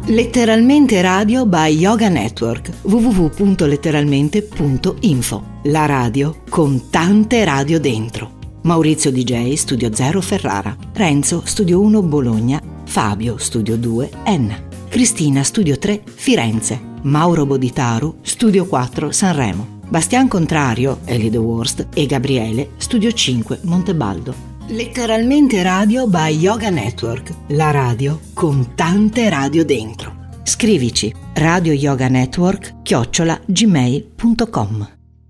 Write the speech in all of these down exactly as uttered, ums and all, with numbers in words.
Letteralmente Radio by Yoga Network, w w w punto letteralmente punto info. La radio con tante radio dentro. Maurizio D J, Studio zero Ferrara. Renzo, Studio uno Bologna. Fabio, Studio due Enna. Cristina, Studio tre Firenze. Mauro Boditaru, Studio quattro Sanremo. Bastian Contrario, Ellie The Worst e Gabriele, Studio cinque Montebaldo. Letteralmente Radio by Yoga Network, la radio con tante radio dentro. Scrivici radio yoga network chiocciola gmail punto com.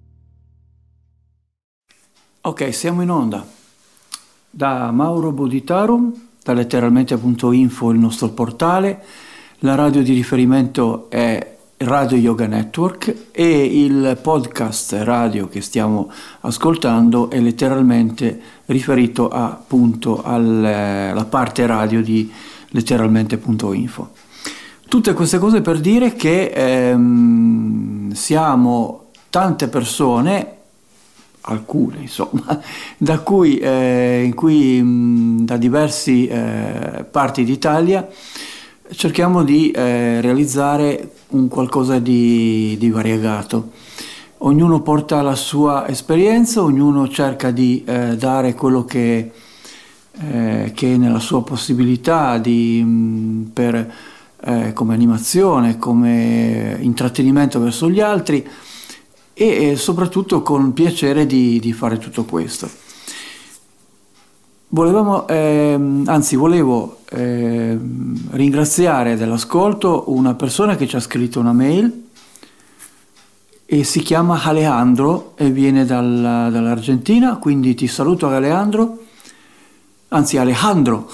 Ok, siamo in onda. Da Mauro Boditaru, da letteralmente punto info il nostro portale, la radio di riferimento è Radio Yoga Network e il podcast radio che stiamo ascoltando è letteralmente riferito a, appunto alla parte radio di letteralmente punto info. Tutte queste cose per dire che ehm, siamo tante persone, alcune insomma, da cui, eh, in cui mh, da diverse eh, parti d'Italia cerchiamo di eh, realizzare un qualcosa di, di variegato. Ognuno porta la sua esperienza, ognuno cerca di eh, dare quello che, eh, che è nella sua possibilità di, mh, per, eh, come animazione, come intrattenimento verso gli altri e, e soprattutto con piacere di, di fare tutto questo. Volevamo, ehm, anzi volevo ehm, ringraziare dell'ascolto una persona che ci ha scritto una mail e si chiama Alejandro e viene dalla, dall'Argentina, quindi ti saluto Alejandro, anzi Alejandro,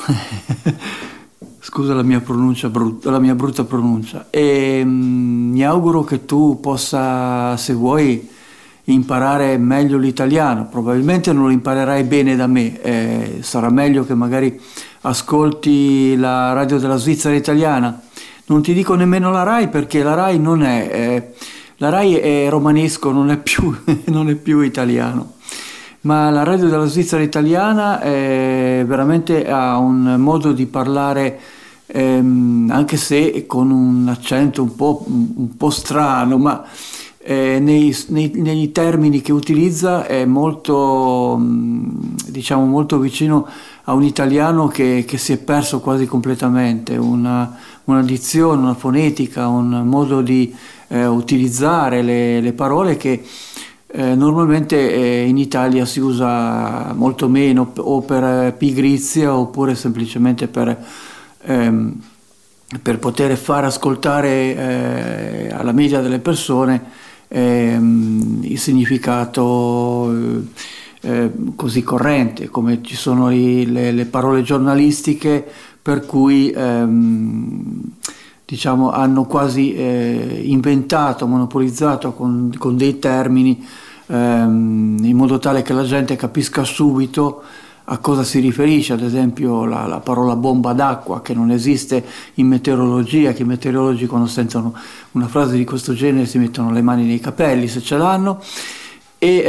scusa la mia pronuncia brutta, la mia brutta pronuncia, e mm, mi auguro che tu possa, se vuoi, imparare meglio l'italiano. Probabilmente non lo imparerai bene da me, eh, sarà meglio che magari ascolti la radio della Svizzera italiana. Non ti dico nemmeno la Rai, perché la Rai non è eh, la Rai è romanesco, non è più non è più italiano, ma la radio della Svizzera italiana è veramente ha un modo di parlare ehm, anche se con un accento un po', un po' strano, ma Eh, nei, nei, nei termini che utilizza è molto, diciamo, molto vicino a un italiano che, che si è perso quasi completamente, una, una dizione, una fonetica, un modo di eh, utilizzare le, le parole che eh, normalmente eh, in Italia si usa molto meno, o per pigrizia oppure semplicemente per, ehm, per poter far ascoltare eh, alla media delle persone Ehm, il significato eh, così corrente, come ci sono i, le, le parole giornalistiche per cui ehm, diciamo hanno quasi eh, inventato, monopolizzato con, con dei termini ehm, in modo tale che la gente capisca subito a cosa si riferisce. Ad esempio la, la parola bomba d'acqua, che non esiste in meteorologia, che i meteorologi quando sentono una frase di questo genere si mettono le mani nei capelli se ce l'hanno, e,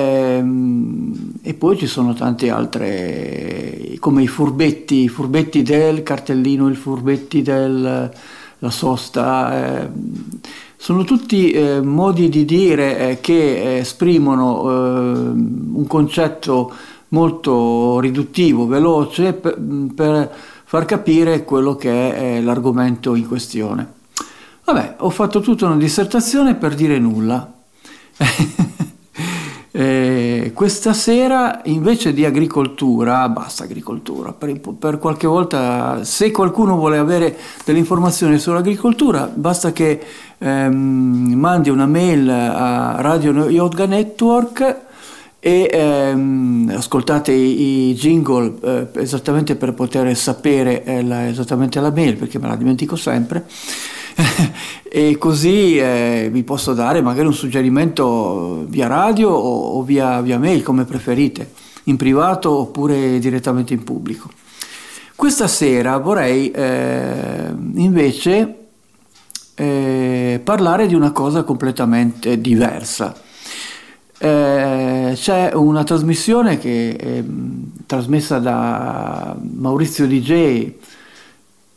ehm, e poi ci sono tante altre, come i furbetti, i furbetti del cartellino, i furbetti della sosta, eh, sono tutti eh, modi di dire eh, che esprimono eh, un concetto molto riduttivo, veloce, per, per far capire quello che è l'argomento in questione. Vabbè, ho fatto tutta una dissertazione per dire nulla. eh, questa sera invece di agricoltura, basta agricoltura, per, per qualche volta, se qualcuno vuole avere delle informazioni sull'agricoltura, basta che ehm, mandi una mail a Radio Yoga Network e ehm, ascoltate i, i jingle eh, esattamente per poter sapere eh, la, esattamente la mail, perché me la dimentico sempre e così eh, vi posso dare magari un suggerimento via radio o, o via, via mail, come preferite, in privato oppure direttamente in pubblico. Questa sera vorrei eh, invece eh, parlare di una cosa completamente diversa. Eh, c'è una trasmissione che è mh, trasmessa da Maurizio D J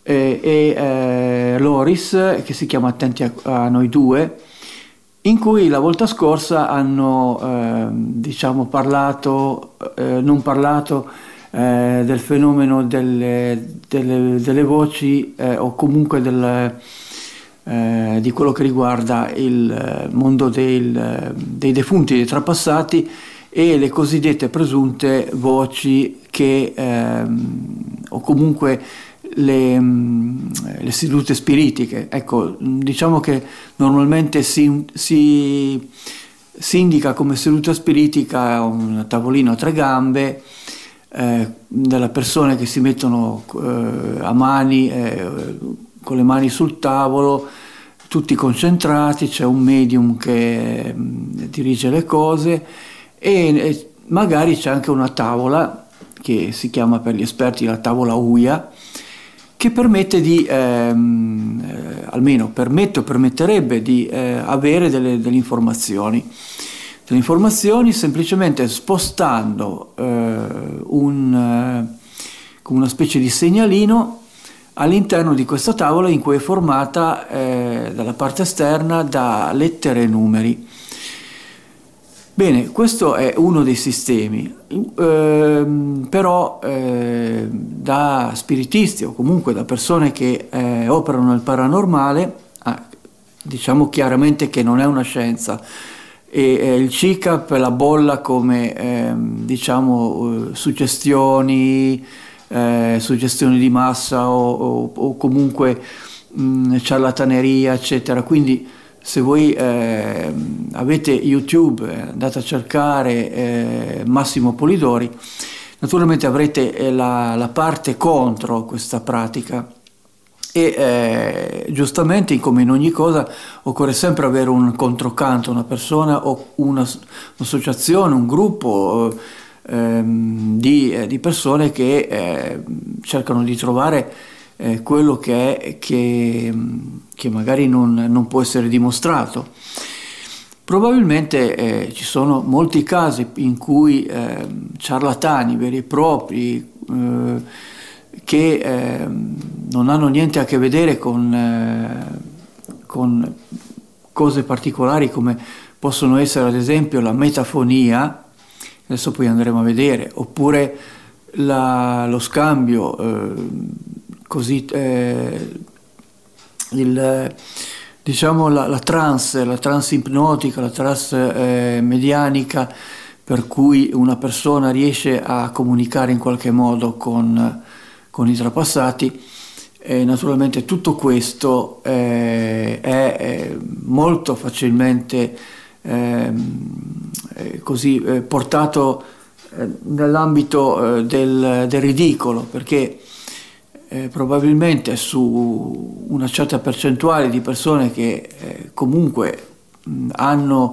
e, e eh, Loris, che si chiama Attenti a, a noi due, in cui la volta scorsa hanno eh, diciamo parlato, eh, non parlato eh, del fenomeno delle, delle, delle voci eh, o comunque del, eh, di quello che riguarda il mondo del, dei defunti, dei trapassati e le cosiddette presunte voci che ehm, o comunque le, le sedute spiritiche. Ecco, diciamo che normalmente si, si, si indica come seduta spiritica un tavolino a tre gambe eh, delle persone che si mettono eh, a mani eh, con le mani sul tavolo, tutti concentrati, c'è un medium che eh, dirige le cose e, e magari c'è anche una tavola che si chiama per gli esperti la tavola Ouija, che permette di, ehm, eh, almeno permette o permetterebbe di eh, avere delle, delle informazioni, delle informazioni semplicemente spostando eh, un, eh, una specie di segnalino all'interno di questa tavola in cui è formata eh, dalla parte esterna da lettere e numeri. Bene, questo è uno dei sistemi, ehm, però eh, da spiritisti o comunque da persone che eh, operano nel paranormale, ah, diciamo chiaramente che non è una scienza, e eh, il C I C A P la bolla come ehm, diciamo eh, suggestioni, eh, suggestioni di massa o, o, o comunque mh, ciarlataneria, eccetera. Quindi se voi eh, avete YouTube, eh, andate a cercare eh, Massimo Polidori, naturalmente avrete eh, la, la parte contro questa pratica e eh, giustamente, come in ogni cosa, occorre sempre avere un controcanto, una persona o una, un'associazione, un gruppo eh, di, eh, di persone che eh, cercano di trovare Eh, quello che è che, che magari non, non può essere dimostrato. Probabilmente eh, ci sono molti casi in cui eh, ciarlatani veri e propri eh, che eh, non hanno niente a che vedere con, eh, con cose particolari come possono essere ad esempio la metafonia, adesso poi andremo a vedere, oppure la, lo scambio eh, così eh, il, diciamo la, la trance, la trance ipnotica, la trance eh, medianica, per cui una persona riesce a comunicare in qualche modo con, con i trapassati. E naturalmente tutto questo eh, è, è molto facilmente eh, così eh, portato eh, nell'ambito eh, del, del ridicolo, perché Eh, probabilmente su una certa percentuale di persone che eh, comunque mh, hanno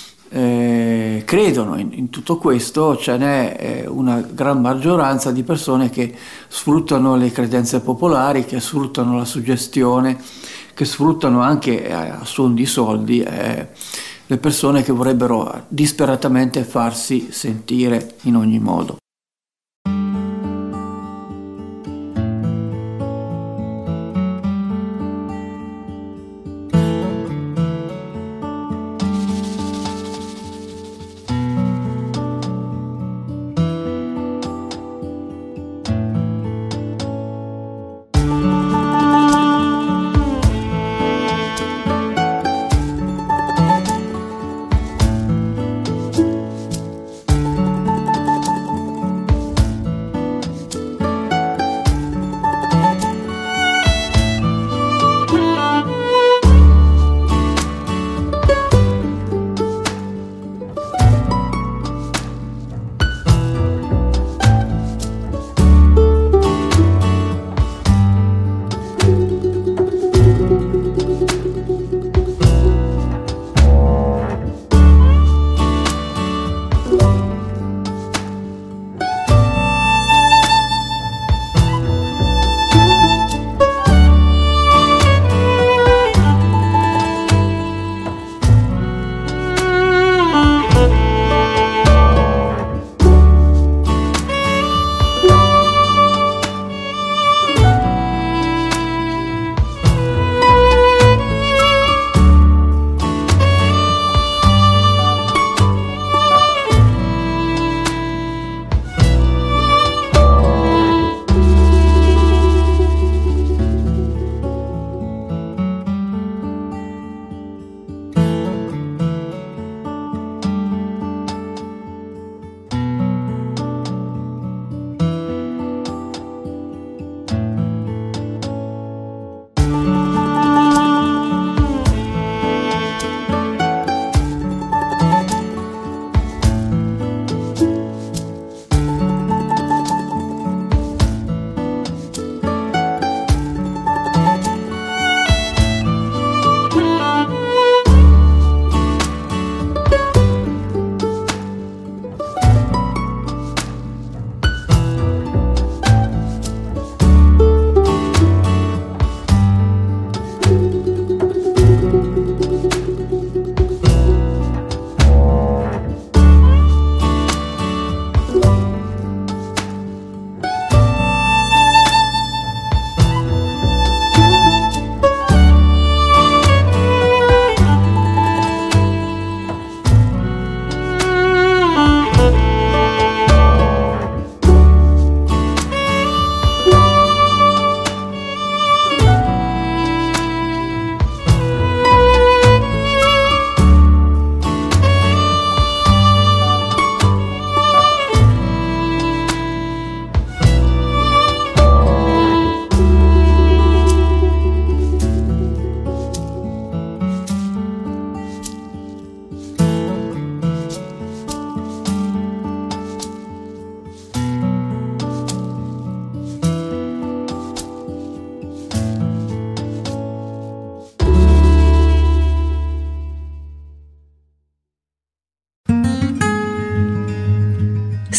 eh, credono in, in tutto questo, ce n'è eh, una gran maggioranza di persone che sfruttano le credenze popolari, che sfruttano la suggestione, che sfruttano anche eh, a suon di soldi eh, le persone che vorrebbero disperatamente farsi sentire in ogni modo.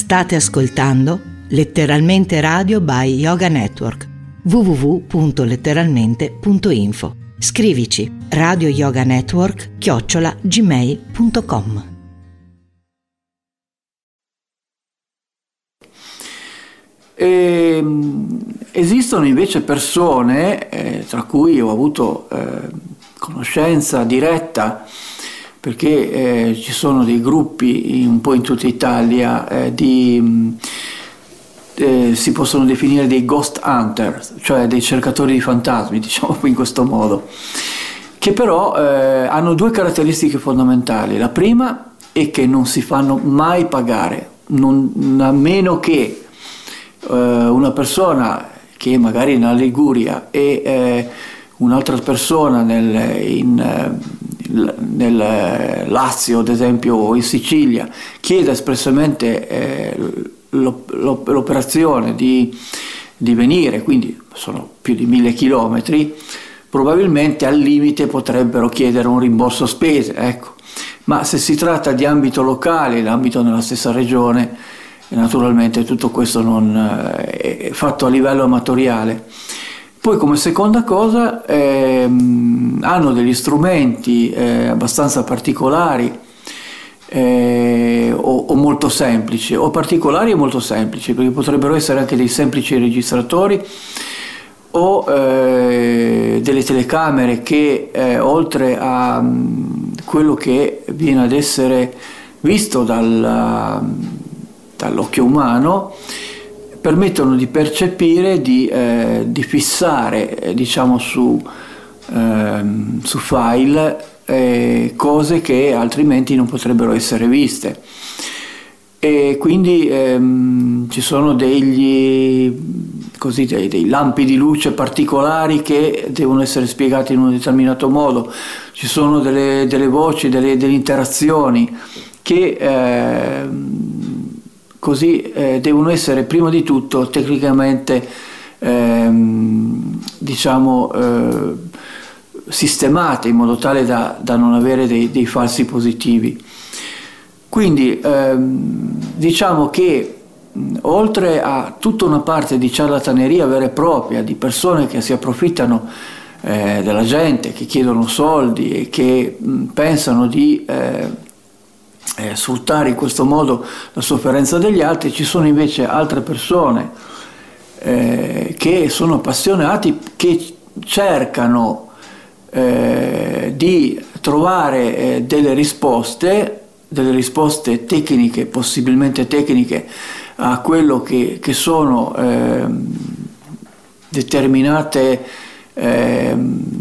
State ascoltando Letteralmente Radio by Yoga Network. w w w punto letteralmente punto info. Scrivici radio yoga network chiocciola gmail punto com. E, esistono invece persone, eh, tra cui ho avuto eh, conoscenza diretta, perché eh, ci sono dei gruppi un po' in tutta Italia eh, di eh, si possono definire dei ghost hunter, cioè dei cercatori di fantasmi, diciamo in questo modo, che però eh, hanno due caratteristiche fondamentali. La prima è che non si fanno mai pagare, non, a meno che eh, una persona che magari nella Liguria e eh, un'altra persona nel, in, nel Lazio, ad esempio, o in Sicilia, chiede espressamente eh, l'operazione di, di venire, quindi sono più di mille chilometri, probabilmente al limite potrebbero chiedere un rimborso spese, ecco. Ma se si tratta di ambito locale, l'ambito nella stessa regione, naturalmente tutto questo non è fatto a livello amatoriale. Poi, come seconda cosa, ehm, hanno degli strumenti eh, abbastanza particolari eh, o, o molto semplici, o particolari e molto semplici, perché potrebbero essere anche dei semplici registratori o eh, delle telecamere che eh, oltre a mh, quello che viene ad essere visto dal, dall'occhio umano, permettono di percepire, di, eh, di fissare eh, diciamo su, eh, su file eh, cose che altrimenti non potrebbero essere viste. E quindi ehm, ci sono degli, così, dei, dei lampi di luce particolari che devono essere spiegati in un determinato modo, ci sono delle, delle voci, delle, delle interazioni che eh, così eh, devono essere prima di tutto tecnicamente ehm, diciamo eh, sistemate in modo tale da, da non avere dei, dei falsi positivi. Quindi ehm, diciamo che mh, oltre a tutta una parte di ciarlataneria vera e propria, di persone che si approfittano eh, della gente, che chiedono soldi e che mh, pensano di eh, eh, sfruttare in questo modo la sofferenza degli altri, ci sono invece altre persone eh, che sono appassionati, che cercano eh, di trovare eh, delle risposte delle risposte tecniche, possibilmente tecniche, a quello che, che sono eh, determinate, eh,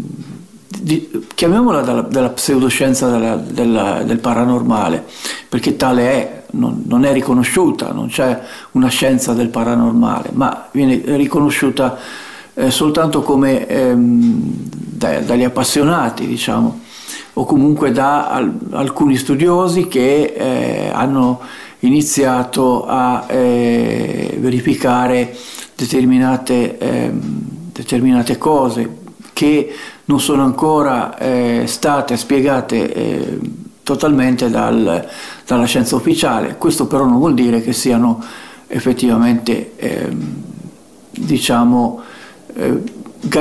di, chiamiamola dalla, della pseudoscienza della, della, del paranormale, perché tale è, non, non è riconosciuta, non c'è una scienza del paranormale, ma viene riconosciuta eh, soltanto come ehm, da, dagli appassionati, diciamo, o comunque da al, alcuni studiosi che eh, hanno iniziato a eh, verificare determinate, eh, determinate cose che non sono ancora eh, state spiegate eh, totalmente dal, dalla scienza ufficiale. Questo però non vuol dire che siano effettivamente eh, diciamo eh,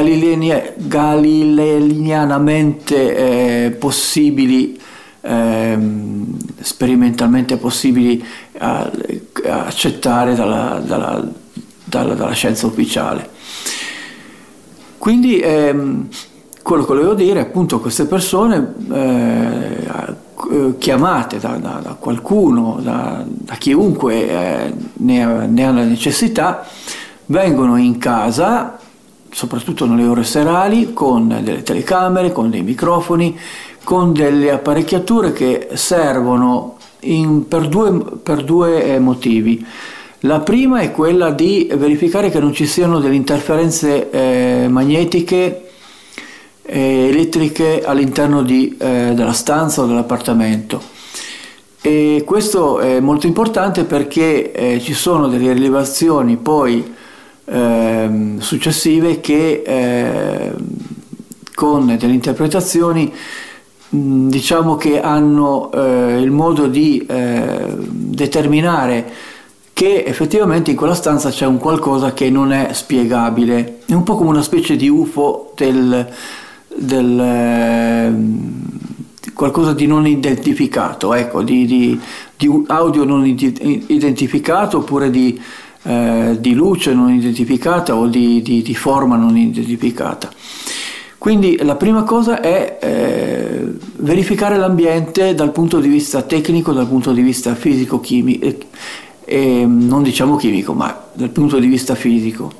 galileianamente eh, possibili, eh, sperimentalmente possibili a, a accettare dalla, dalla, dalla, dalla scienza ufficiale. Quindi ehm, quello che volevo dire, appunto, queste persone eh, chiamate da, da, da qualcuno, da, da chiunque eh, ne, ha, ne ha la necessità, vengono in casa, soprattutto nelle ore serali, con delle telecamere, con dei microfoni, con delle apparecchiature che servono in, per due, per due motivi. La prima è quella di verificare che non ci siano delle interferenze eh, magnetiche e elettriche all'interno di, eh, della stanza o dell'appartamento. E questo è molto importante perché eh, ci sono delle rilevazioni poi eh, successive che eh, con delle interpretazioni mh, diciamo che hanno eh, il modo di eh, determinare che effettivamente in quella stanza c'è un qualcosa che non è spiegabile, è un po' come una specie di U F O del, del eh, qualcosa di non identificato, ecco, di, di, di audio non identificato, oppure di, eh, di luce non identificata, o di, di, di forma non identificata. Quindi la prima cosa è eh, verificare l'ambiente dal punto di vista tecnico, dal punto di vista fisico-chimico, eh, eh, non diciamo chimico, ma dal punto di vista fisico.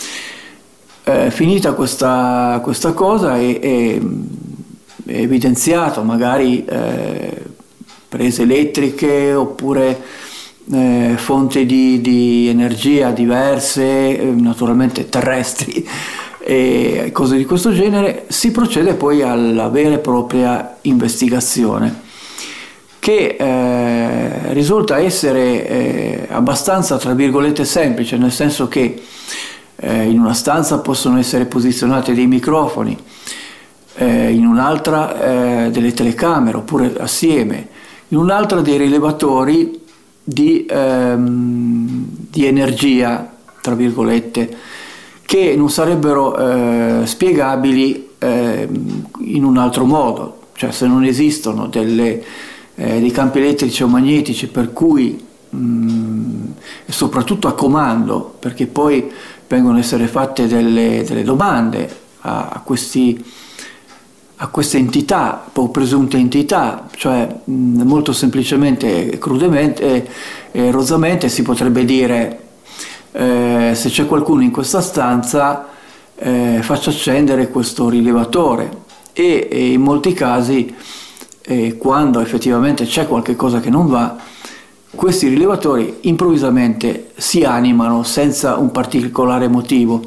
Eh, finita questa, questa cosa è, è, è evidenziato magari eh, prese elettriche, oppure eh, fonti di, di energia diverse, eh, naturalmente terrestri, e cose di questo genere. Si procede poi alla vera e propria investigazione, che eh, risulta essere eh, abbastanza, tra virgolette, semplice, nel senso che eh, in una stanza possono essere posizionati dei microfoni, eh, in un'altra eh, delle telecamere, oppure assieme, in un'altra dei rilevatori di, ehm, di energia, tra virgolette, che non sarebbero eh, spiegabili eh, in un altro modo. Cioè, se non esistono delle, eh, dei campi elettrici o magnetici per cui, mh, e soprattutto a comando, perché poi vengono a essere fatte delle, delle domande a, a, questi, a queste entità o presunte entità, cioè mh, molto semplicemente e crudemente e, e rozzamente si potrebbe dire: Eh, se c'è qualcuno in questa stanza, eh, faccia accendere questo rilevatore. E, e in molti casi, eh, quando effettivamente c'è qualche cosa che non va, questi rilevatori improvvisamente si animano senza un particolare motivo.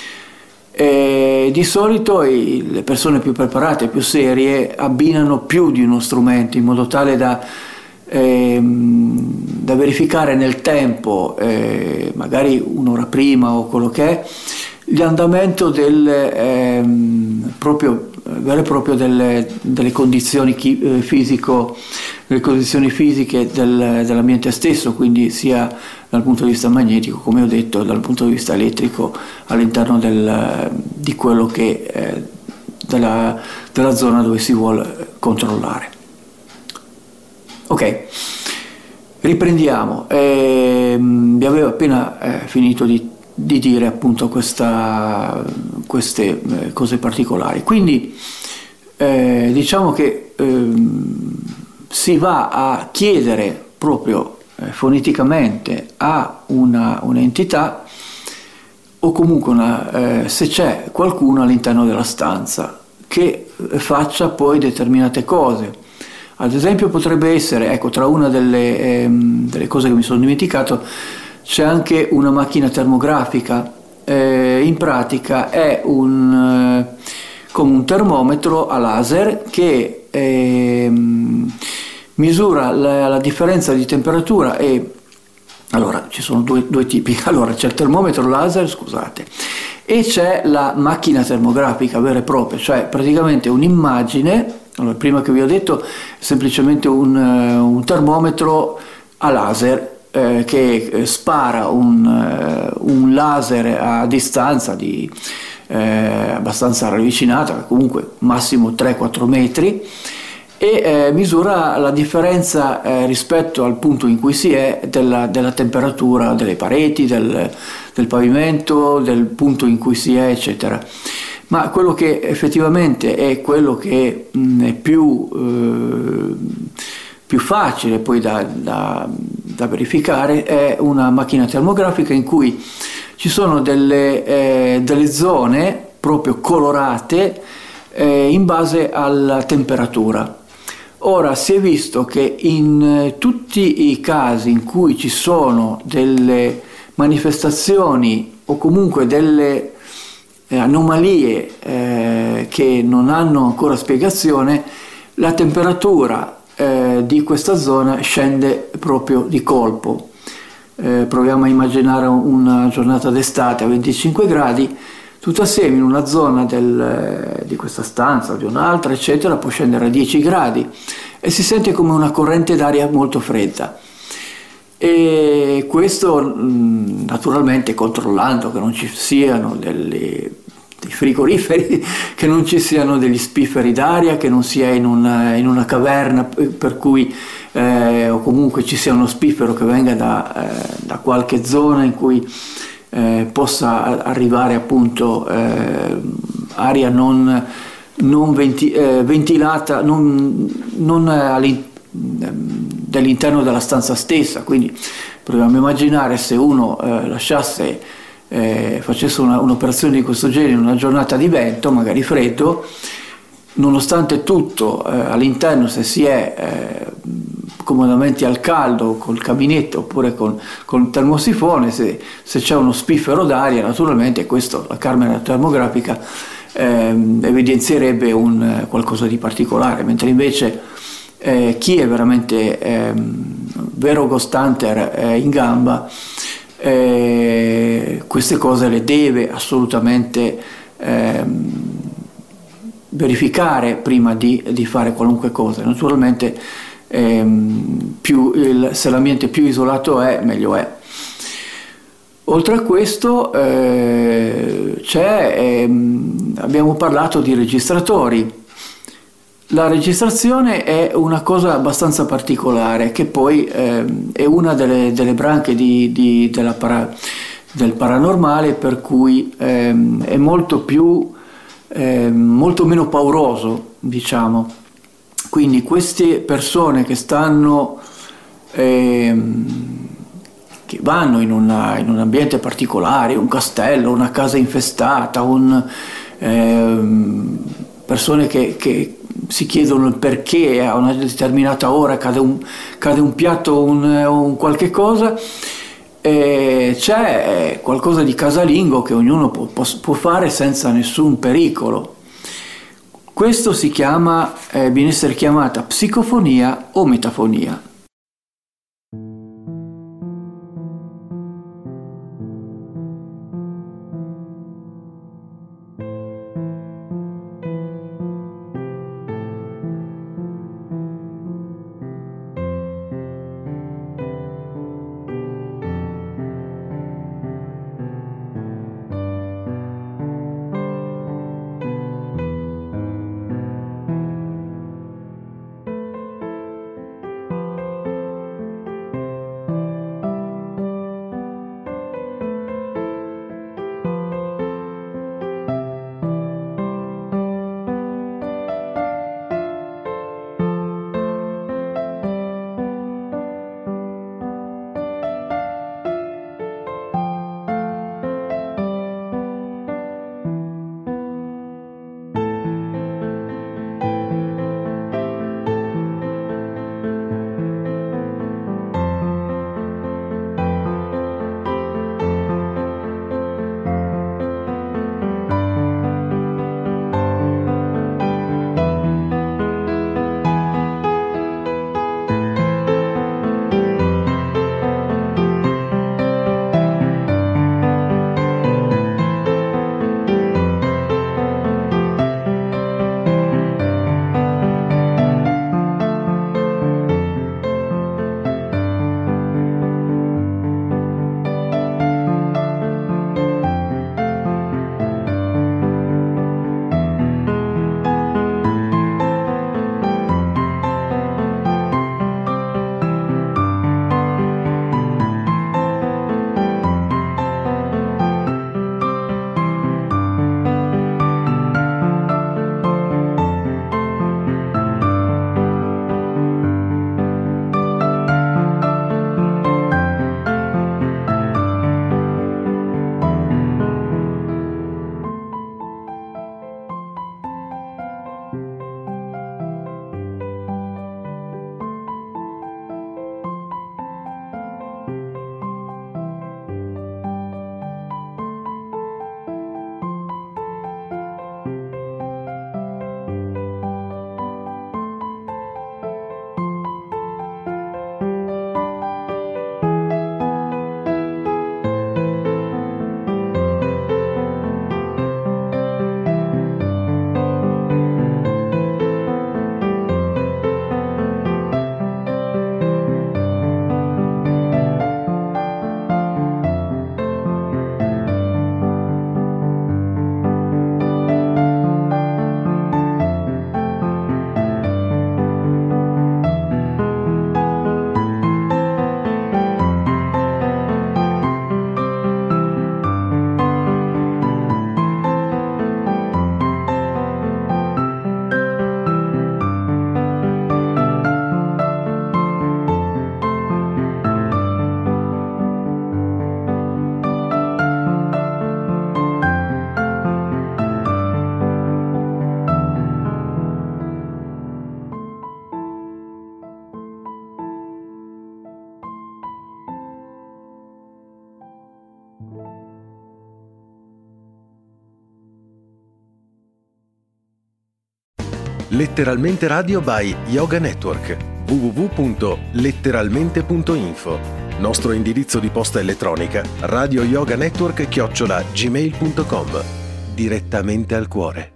E di solito i, le persone più preparate, più serie, abbinano più di uno strumento in modo tale da Eh, da verificare nel tempo, eh, magari un'ora prima o quello che è, l'andamento del, eh, proprio, vero e proprio delle, delle condizioni chi, eh, fisico, delle condizioni fisiche del, dell'ambiente stesso, quindi sia dal punto di vista magnetico, come ho detto, dal punto di vista elettrico all'interno del, di quello che eh, della, della zona dove si vuole controllare. Ok, riprendiamo. Eh, vi avevo appena eh, finito di, di dire appunto questa, queste eh, cose particolari. Quindi eh, diciamo che eh, si va a chiedere proprio eh, foneticamente a una, un'entità, o comunque una, eh, se c'è qualcuno all'interno della stanza che faccia poi determinate cose. Ad esempio potrebbe essere, ecco, tra una delle, ehm, delle cose che mi sono dimenticato, c'è anche una macchina termografica. Eh, in pratica è un, eh, come un termometro a laser che ehm, misura la, la differenza di temperatura. E allora ci sono due, due tipi. Allora c'è il termometro laser, scusate, e c'è la macchina termografica vera e propria, cioè praticamente un'immagine. Allora, prima che vi ho detto, è semplicemente un, un termometro a laser eh, che spara un, uh, un laser a distanza di, eh, abbastanza ravvicinata, comunque massimo tre quattro metri, e eh, misura la differenza eh, rispetto al punto in cui si è della, della temperatura delle pareti, del, del pavimento, del punto in cui si è, eccetera. Ma quello che effettivamente è quello che mh, è più, eh, più facile poi da, da, da verificare è una macchina termografica in cui ci sono delle, eh, delle zone proprio colorate eh, in base alla temperatura. Ora, si è visto che in eh, tutti i casi in cui ci sono delle manifestazioni o comunque delle anomalie eh, che non hanno ancora spiegazione, la temperatura eh, di questa zona scende proprio di colpo. Eh, proviamo a immaginare una giornata d'estate a venticinque gradi, tutto assieme in una zona del, di questa stanza o di un'altra, eccetera, può scendere a dieci gradi e si sente come una corrente d'aria molto fredda. E questo mh, naturalmente controllando che non ci siano delle, dei frigoriferi, che non ci siano degli spifferi d'aria, che non sia in una, in una caverna per cui eh, o comunque ci sia uno spiffero che venga da, eh, da qualche zona in cui eh, possa arrivare appunto eh, aria non, non venti, eh, ventilata, non, non all'interno dell'interno della stanza stessa. Quindi proviamo a immaginare se uno eh, lasciasse eh, facesse una, un'operazione di questo genere in una giornata di vento, magari freddo, nonostante tutto eh, all'interno, se si è eh, comodamente al caldo col caminetto oppure con, con il termosifone, se, se c'è uno spiffero d'aria, naturalmente questo la camera termografica eh, evidenzierebbe un, qualcosa di particolare, mentre invece Eh, chi è veramente eh, vero ghost hunter eh, in gamba eh, queste cose le deve assolutamente eh, verificare prima di, di fare qualunque cosa. Naturalmente eh, più il, se l'ambiente più isolato è, meglio è. Oltre a questo eh, c'è, eh, abbiamo parlato di registratori. La registrazione è una cosa abbastanza particolare, che poi eh, è una delle, delle branche di, di, della para, del paranormale, per cui eh, è molto più, eh, molto meno pauroso, diciamo. Quindi queste persone che stanno, eh, che vanno in, una, in un ambiente particolare, un castello, una casa infestata, un, eh, persone che, che si chiedono il perché a una determinata ora cade un, cade un piatto o un, un qualche cosa, e c'è qualcosa di casalingo che ognuno può, può fare senza nessun pericolo. Questo si chiama, eh, viene essere chiamata psicofonia o metafonia. Letteralmente Radio by Yoga Network. w w w punto letteralmente punto info. Nostro indirizzo di posta elettronica radioyoganetwork chiocciola gmail punto com. Direttamente al cuore.